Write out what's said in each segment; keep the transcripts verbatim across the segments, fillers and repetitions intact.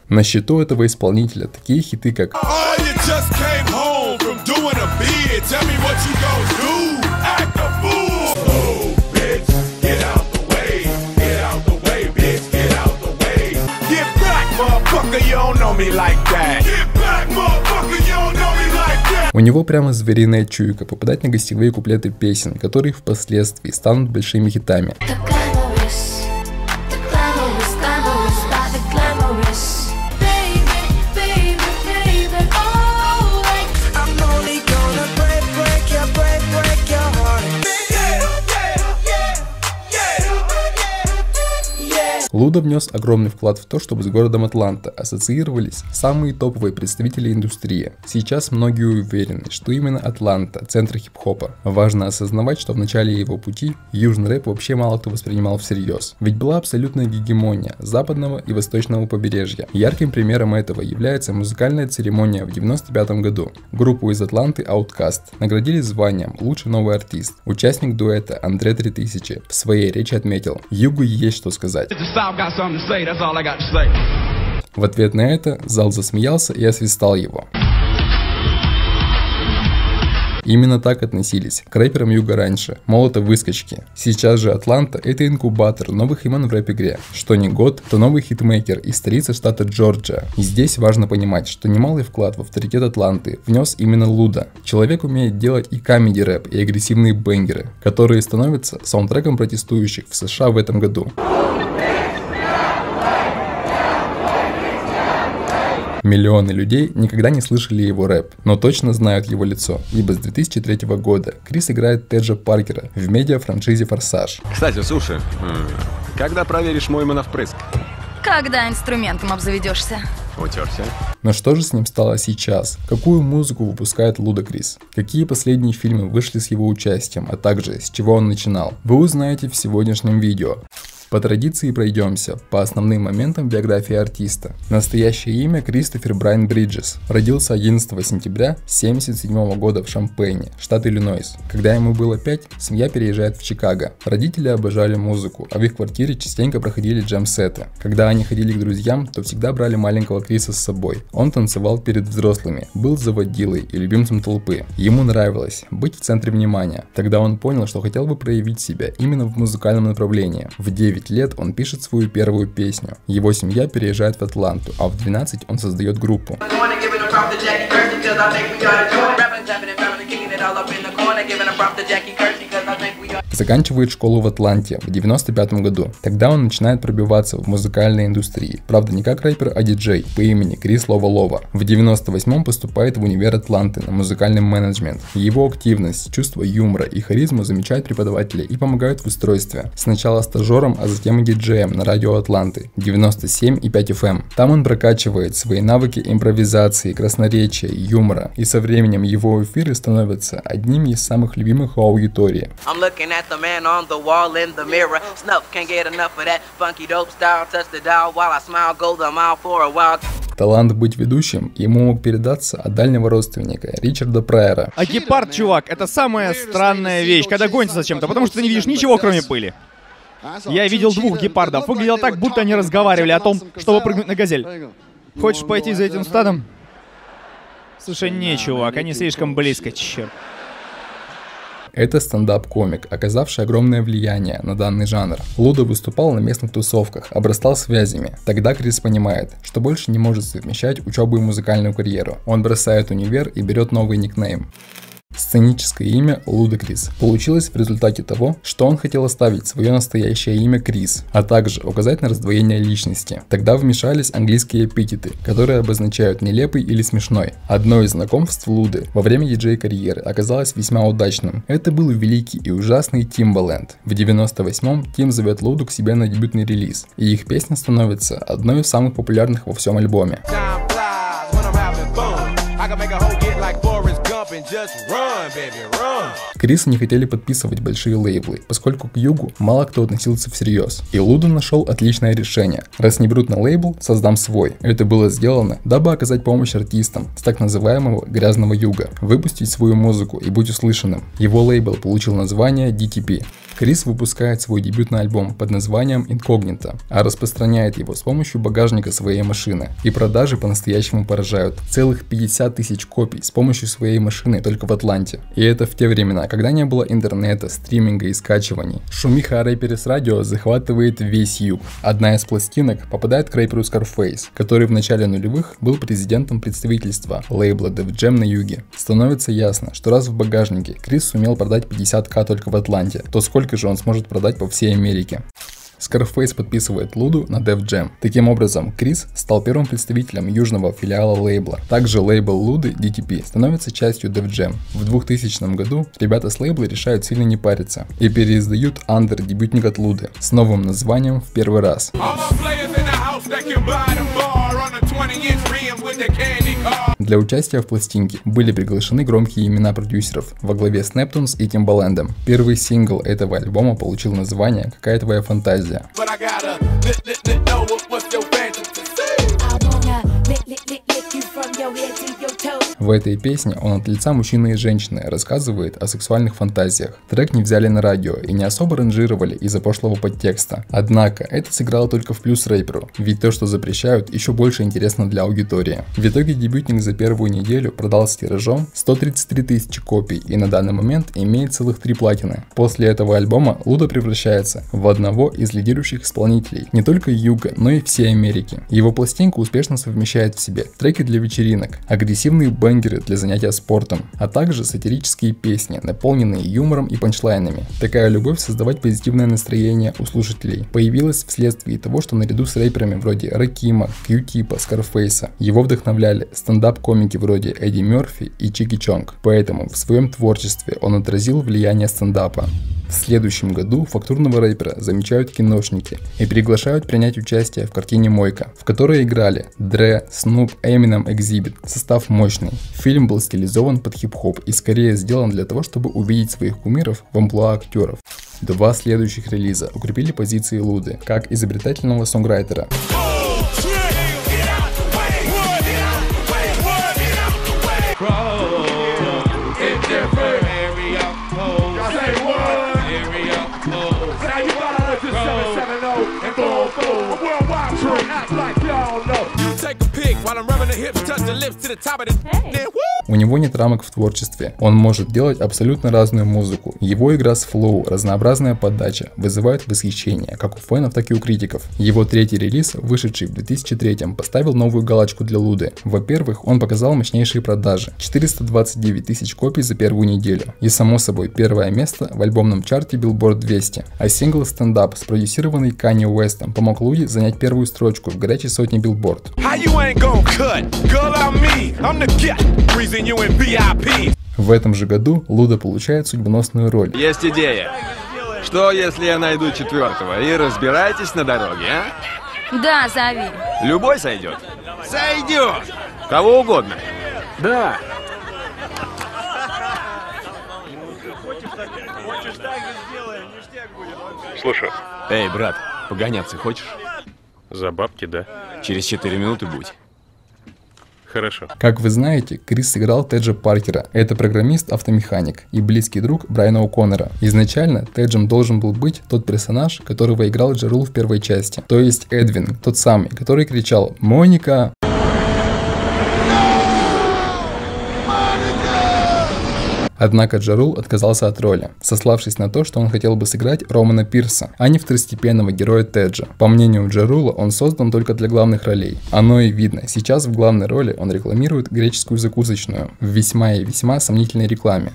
На счету этого исполнителя такие хиты, как у него прямо звериная чуйка попадать на гостевые куплеты песен, которые впоследствии станут большими хитами. Лудо внес огромный вклад в то, чтобы с городом Атланта ассоциировались самые топовые представители индустрии. Сейчас многие уверены, что именно Атланта – центр хип-хопа. Важно осознавать, что в начале его пути южный рэп вообще мало кто воспринимал всерьез. Ведь была абсолютная гегемония западного и восточного побережья. Ярким примером этого является музыкальная церемония в девяносто пятом году. Группу из Атланты Outkast наградили званием «Лучший новый артист». Участник дуэта Андре три тысячи в своей речи отметил: «Югу есть что сказать». В ответ на это зал засмеялся и освистал его. Именно так относились к рэперам Юга раньше, мол, это выскочки. Сейчас же Атланта — это инкубатор новых имен в рэп-игре. Что не год, то новый хитмейкер из столицы штата Джорджия. И здесь важно понимать, что немалый вклад в авторитет Атланты внес именно Лудо. Человек умеет делать и камеди-рэп, и агрессивные бенгеры, которые становятся саундтреком протестующих в США в этом году. Миллионы людей никогда не слышали его рэп, но точно знают его лицо, ибо с две тысячи третьего года Крис играет Теджа Паркера в медиа-франшизе «Форсаж». Кстати, слушай, когда проверишь мой моновпрыск? Когда инструментом обзаведешься. Утерся. Но что же с ним стало сейчас? Какую музыку выпускает Лудакрис? Какие последние фильмы вышли с его участием, а также с чего он начинал? Вы узнаете в сегодняшнем видео. По традиции пройдемся по основным моментам биографии артиста. Настоящее имя Кристофер Брайан Бриджес. Родился одиннадцатого сентября тысяча девятьсот семьдесят седьмого года в Шампейне, штат Иллинойс. Когда ему было пять, семья переезжает в Чикаго. Родители обожали музыку, а в их квартире частенько проходили джем-сеты. Когда они ходили к друзьям, то всегда брали маленького Криса с собой. Он танцевал перед взрослыми, был заводилой и любимцем толпы. Ему нравилось быть в центре внимания. Тогда он понял, что хотел бы проявить себя именно в музыкальном направлении. В девять лет он пишет свою первую песню. Его семья переезжает в Атланту, а в двенадцать он создает группу. Заканчивает школу в Атланте в девяносто пятом году. Тогда он начинает пробиваться в музыкальной индустрии. Правда, не как рэпер, а диджей по имени Крис Лова Лова. В девяносто восьмом поступает в универ Атланты на музыкальный менеджмент. Его активность, чувство юмора и харизму замечают преподаватели и помогают в устройстве. Сначала стажером, а затем и диджеем на радио Атланты девяносто семь и пять эф эм. Там он прокачивает свои навыки импровизации, красноречия, юмора. И со временем его эфиры становятся одними из самых любимых у аудитории. The man on the wall in the mirror. Snuff can't get enough of that funky dope style. Touch the dial while I smile, go the mile for a while. Талант быть ведущим ему мог передаться от дальнего родственника Ричарда Прайера. А гепард, чувак, это самая странная вещь, когда гонится зачем-то, потому что ты не видишь ничего, кроме пыли. Я видел двух гепардов, выглядело так, будто они разговаривали о том, чтобы прыгнуть на газель. Хочешь пойти за этим стадом? Слушай, не, чувак, они слишком близко, черт. Это стендап-комик, оказавший огромное влияние на данный жанр. Лудо выступал на местных тусовках, обрастал связями. Тогда Крис понимает, что больше не может совмещать учебу и музыкальную карьеру. Он бросает универ и берет новый никнейм. Сценическое имя Лудакрис получилось в результате того, что он хотел оставить свое настоящее имя Крис, а также указать на раздвоение личности. Тогда вмешались английские эпитеты, которые обозначают нелепый или смешной. Одно из знакомств Луды во время диджей-карьеры оказалось весьма удачным. Это был великий и ужасный Тимбаленд. В девяносто восьмом Тим зовет Луду к себе на дебютный релиз, и их песня становится одной из самых популярных во всем альбоме. Криса не хотели подписывать большие лейблы, поскольку к Югу мало кто относился всерьез. И Луда нашел отличное решение. Раз не берут на лейбл, создам свой. Это было сделано, дабы оказать помощь артистам с так называемого грязного юга, выпустить свою музыку и быть услышанным. Его лейбл получил название ди ти пи. Крис выпускает свой дебютный альбом под названием Incognito, а распространяет его с помощью багажника своей машины. И продажи по-настоящему поражают. Целых пятьдесят тысяч копий с помощью своей машины только в Атланте. И это в те времена, когда не было интернета, стриминга и скачиваний. Шумиха о рэпере с радио захватывает весь юг. Одна из пластинок попадает к рэперу Scarface, который в начале нулевых был президентом представительства лейбла Def Jam на юге. Становится ясно, что раз в багажнике Крис сумел продать пятьдесят тысяч только в Атланте, то сколько же он сможет продать по всей Америке. Scarface подписывает Луду на Def Jam. Таким образом, Крис стал первым представителем южного филиала лейбла. Также лейбл Луды ди ти пи становится частью Def Jam. В двухтысячном году ребята с лейбла решают сильно не париться и переиздают Under, дебютник от Луды, с новым названием в первый раз. Для участия в пластинке были приглашены громкие имена продюсеров во главе с Neptunes и Timbaland. Первый сингл этого альбома получил название «Какая твоя фантазия». В этой песне он от лица мужчины и женщины рассказывает о сексуальных фантазиях. Трек не взяли на радио и не особо ранжировали из-за пошлого подтекста. Однако это сыграло только в плюс рэперу, ведь то, что запрещают, еще больше интересно для аудитории. В итоге дебютник за первую неделю продался тиражом сто тридцать три тысячи копий и на данный момент имеет целых три платины. После этого альбома Луда превращается в одного из лидирующих исполнителей не только Юга, но и всей Америки. Его пластинка успешно совмещает в себе треки для вечеринок, агрессивные бэнгеры для занятия спортом, а также сатирические песни, наполненные юмором и панчлайнами. Такая любовь создавать позитивное настроение у слушателей появилась вследствие того, что наряду с рэперами вроде Ракима, Q-Типа, Скарфейса его вдохновляли стендап-комики вроде Эдди Мерфи и Чики Чонг, поэтому в своем творчестве он отразил влияние стендапа. В следующем году фактурного рэпера замечают киношники и приглашают принять участие в картине «Мойка», в которой играли Dre, Snoop, Eminem, Exhibit. Состав мощный. Фильм был стилизован под хип-хоп и скорее сделан для того, чтобы увидеть своих кумиров в амплуа актеров. Два следующих релиза укрепили позиции Луды как изобретательного сонграйтера. У него нет рамок в творчестве, он может делать абсолютно разную музыку. Его игра с флоу, разнообразная подача вызывают восхищение как у фенов, так и у критиков. Его третий релиз, вышедший в две тысячи третьем, поставил новую галочку для Луды. Во-первых, он показал мощнейшие продажи – четыреста двадцать девять тысяч копий за первую неделю. И само собой первое место в альбомном чарте Billboard двести. А сингл «Stand Up», спродюсированный Канье Уэстом, помог Луде занять первую строчку в горячей сотне Billboard. В этом же году Луда получает судьбоносную роль. Есть идея. Что, если я найду четвертого и разбирайтесь на дороге, а? Да, зови. Любой сойдет? Сойдет! Кого угодно. Да. Слушай. Эй, брат, погоняться хочешь? За бабки, да. Через четыре минуты будь. Хорошо. Как вы знаете, Крис сыграл Теджа Паркера. Это программист-автомеханик и близкий друг Брайана О'Коннора. Изначально Теджем должен был быть тот персонаж, которого играл Ja Rule в первой части. То есть Эдвин, тот самый, который кричал «Моника!». Однако Ja Rule отказался от роли, сославшись на то, что он хотел бы сыграть Романа Пирса, а не второстепенного героя Теджа. По мнению Ja Rule, он создан только для главных ролей. Оно и видно, сейчас в главной роли он рекламирует греческую закусочную в весьма и весьма сомнительной рекламе.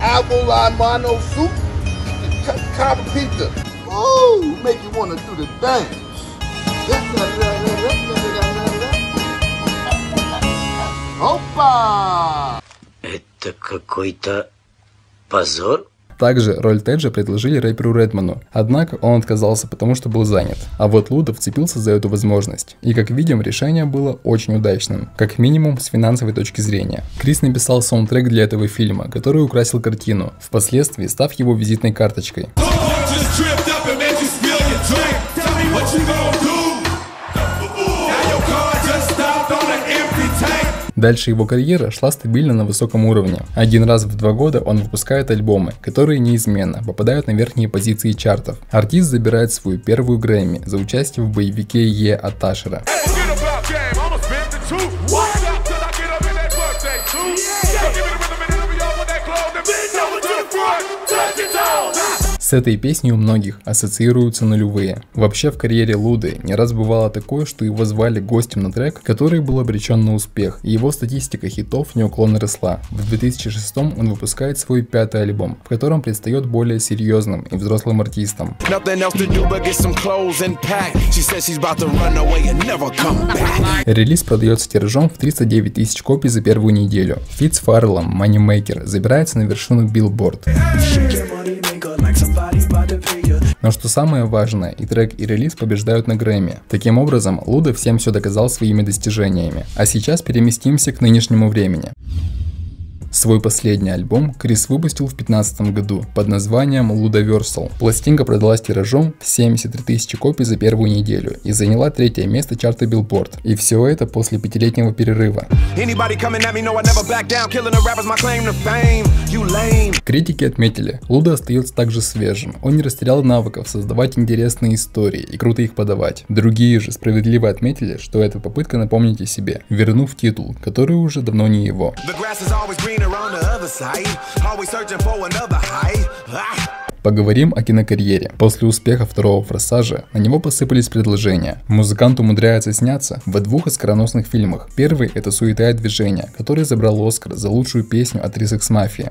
Это какой-то позор? Также роль Теджа предложили рэперу Редману, однако он отказался, потому что был занят. А вот Луда вцепился за эту возможность. И как видим, решение было очень удачным, как минимум с финансовой точки зрения. Крис написал саундтрек для этого фильма, который украсил картину, впоследствии став его визитной карточкой. Дальше его карьера шла стабильно на высоком уровне. Один раз в два года он выпускает альбомы, которые неизменно попадают на верхние позиции чартов. Артист забирает свою первую Грэмми за участие в боевике Е от Ашера. С этой песней у многих ассоциируются нулевые. Вообще в карьере Луды не раз бывало такое, что его звали гостем на трек, который был обречен на успех, и его статистика хитов неуклонно росла. В две тысячи шестом он выпускает свой пятый альбом, в котором предстает более серьезным и взрослым артистом. Релиз продается тиражом в триста девять тысяч копий за первую неделю. Фит с Фарреллом Moneymaker забирается на вершину Billboard. Но что самое важное, и трек, и релиз побеждают на Грэмми. Таким образом, Луда всем все доказал своими достижениями. А сейчас переместимся к нынешнему времени. Свой последний альбом Крис выпустил в две тысячи пятнадцатом году под названием Ludaversal. Пластинка продалась тиражом в семьдесят три тысячи копий за первую неделю и заняла третье место чарта Billboard. И все это после пятилетнего перерыва. Критики отметили, Луда остается также свежим. Он не растерял навыков создавать интересные истории и круто их подавать. Другие же справедливо отметили, что это попытка напомнить о себе, вернув титул, который уже давно не его. Поговорим о кинокарьере. После успеха второго «Форсажа» на него посыпались предложения. Музыкант умудряется сняться в двух оскароносных фильмах. Первый — это «Суета и движение», который забрал Оскар за лучшую песню от Три Икс Mafia.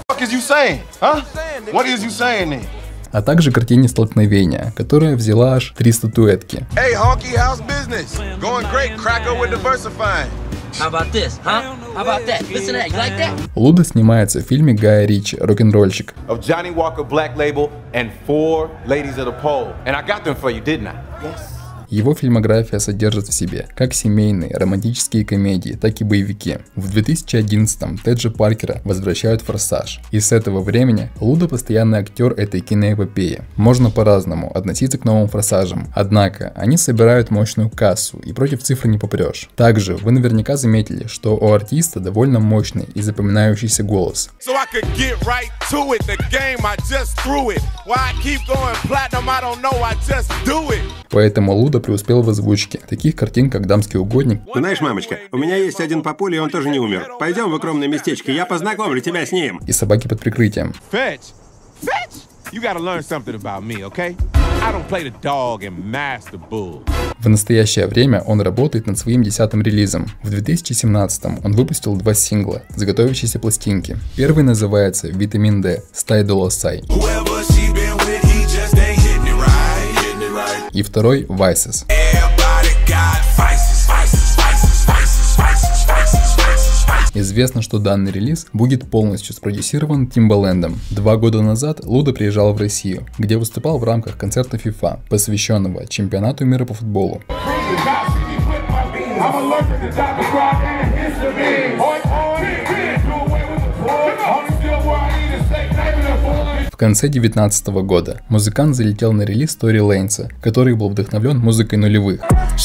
А также картине «Столкновение», которая взяла аж три статуэтки. Hey, honky, how's business? Going great, cracker with diversifying. How about this, huh? How about that? Listen to that. You like that? Луда снимается в фильме Гая Ричи «Рок-н-ролльщик». Of Johnny Walker Black Label and four ladies of the pole. And I got them for you, didn't I? Yes. Его фильмография содержит в себе как семейные, романтические комедии, так и боевики. В две тысячи одиннадцатом Теджа Паркера возвращают в «Форсаж», и с этого времени Луда постоянный актер этой киноэпопеи. Можно по-разному относиться к новым «Форсажам», однако они собирают мощную кассу, и против цифр не попрешь. Также вы наверняка заметили, что у артиста довольно мощный и запоминающийся голос. Поэтому Луда преуспел в озвучке таких картин, как «Дамский угодник». Знаешь, мамочка, у меня есть один папуля, и он тоже не умер. Пойдем в укромное местечко, я познакомлю тебя с ним. И «Собаки под прикрытием». В настоящее время он работает над своим десятым релизом. В две тысячи семнадцатом он выпустил два сингла с готовящейся пластинки. Первый называется «Витамин D» с Ty Dolla Sign. И второй «Vices». Известно, что данный релиз будет полностью спродюсирован Тимбалендом. Два года назад Луда приезжал в Россию, где выступал в рамках концерта FIFA, посвященного чемпионату мира по футболу. В конце две тысячи девятнадцатого года музыкант залетел на релиз Тори Лейнса, который был вдохновлен музыкой нулевых.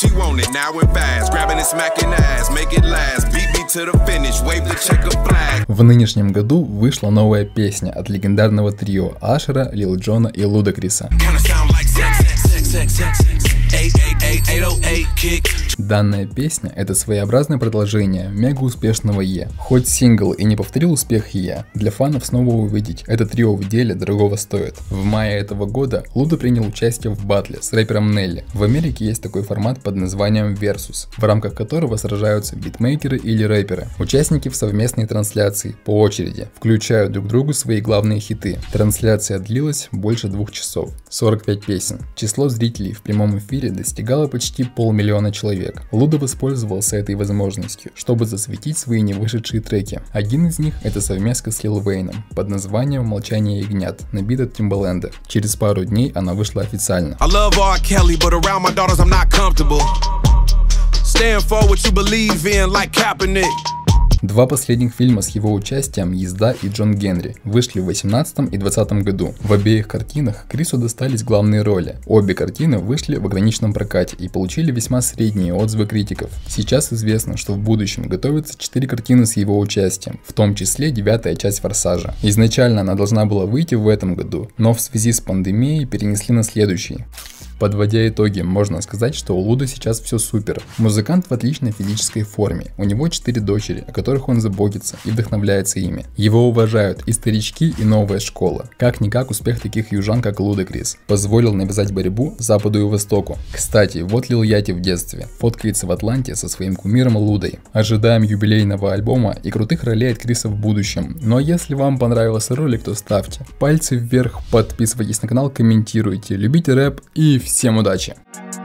В нынешнем году вышла новая песня от легендарного трио Ашера, Лил Джона и Лудакриса. Данная песня — это своеобразное продолжение мега успешного Е. Хоть сингл и не повторил успех Е, для фанов снова увидеть это трио в деле дорогого стоит. В мае этого года Луда принял участие в батле с рэпером Нелли. В Америке есть такой формат под названием Versus, в рамках которого сражаются битмейкеры или рэперы. Участники в совместной трансляции по очереди включают друг другу свои главные хиты. Трансляция длилась больше двух часов, сорок пять песен. Число зрителей в прямом эфире достигало почти полмиллиона человек. человек. Лудо воспользовался этой возможностью, чтобы засветить свои невышедшие треки. Один из них — это совместка с Лил Вейном под названием «Молчание ягнят» на бит от Timbaland. Через пару дней она вышла официально. Два последних фильма с его участием «Езда» и «Джон Генри» вышли в восемнадцатом и двадцатом году. В обеих картинах Крису достались главные роли. Обе картины вышли в ограниченном прокате и получили весьма средние отзывы критиков. Сейчас известно, что в будущем готовятся четыре картины с его участием, в том числе девятая часть «Форсажа». Изначально она должна была выйти в этом году, но в связи с пандемией перенесли на следующий. Подводя итоги, можно сказать, что у Лудо сейчас все супер. Музыкант в отличной физической форме. У него четыре дочери, о которых он заботится и вдохновляется ими. Его уважают и старички, и новая школа. Как-никак успех таких южан, как Лудакрис, позволил навязать борьбу Западу и Востоку. Кстати, вот Лил Яти в детстве. Фоткается в Атланте со своим кумиром Лудой. Ожидаем юбилейного альбома и крутых ролей от Криса в будущем. Ну а если вам понравился ролик, то ставьте пальцы вверх, подписывайтесь на канал, комментируйте, любите рэп и всем удачи!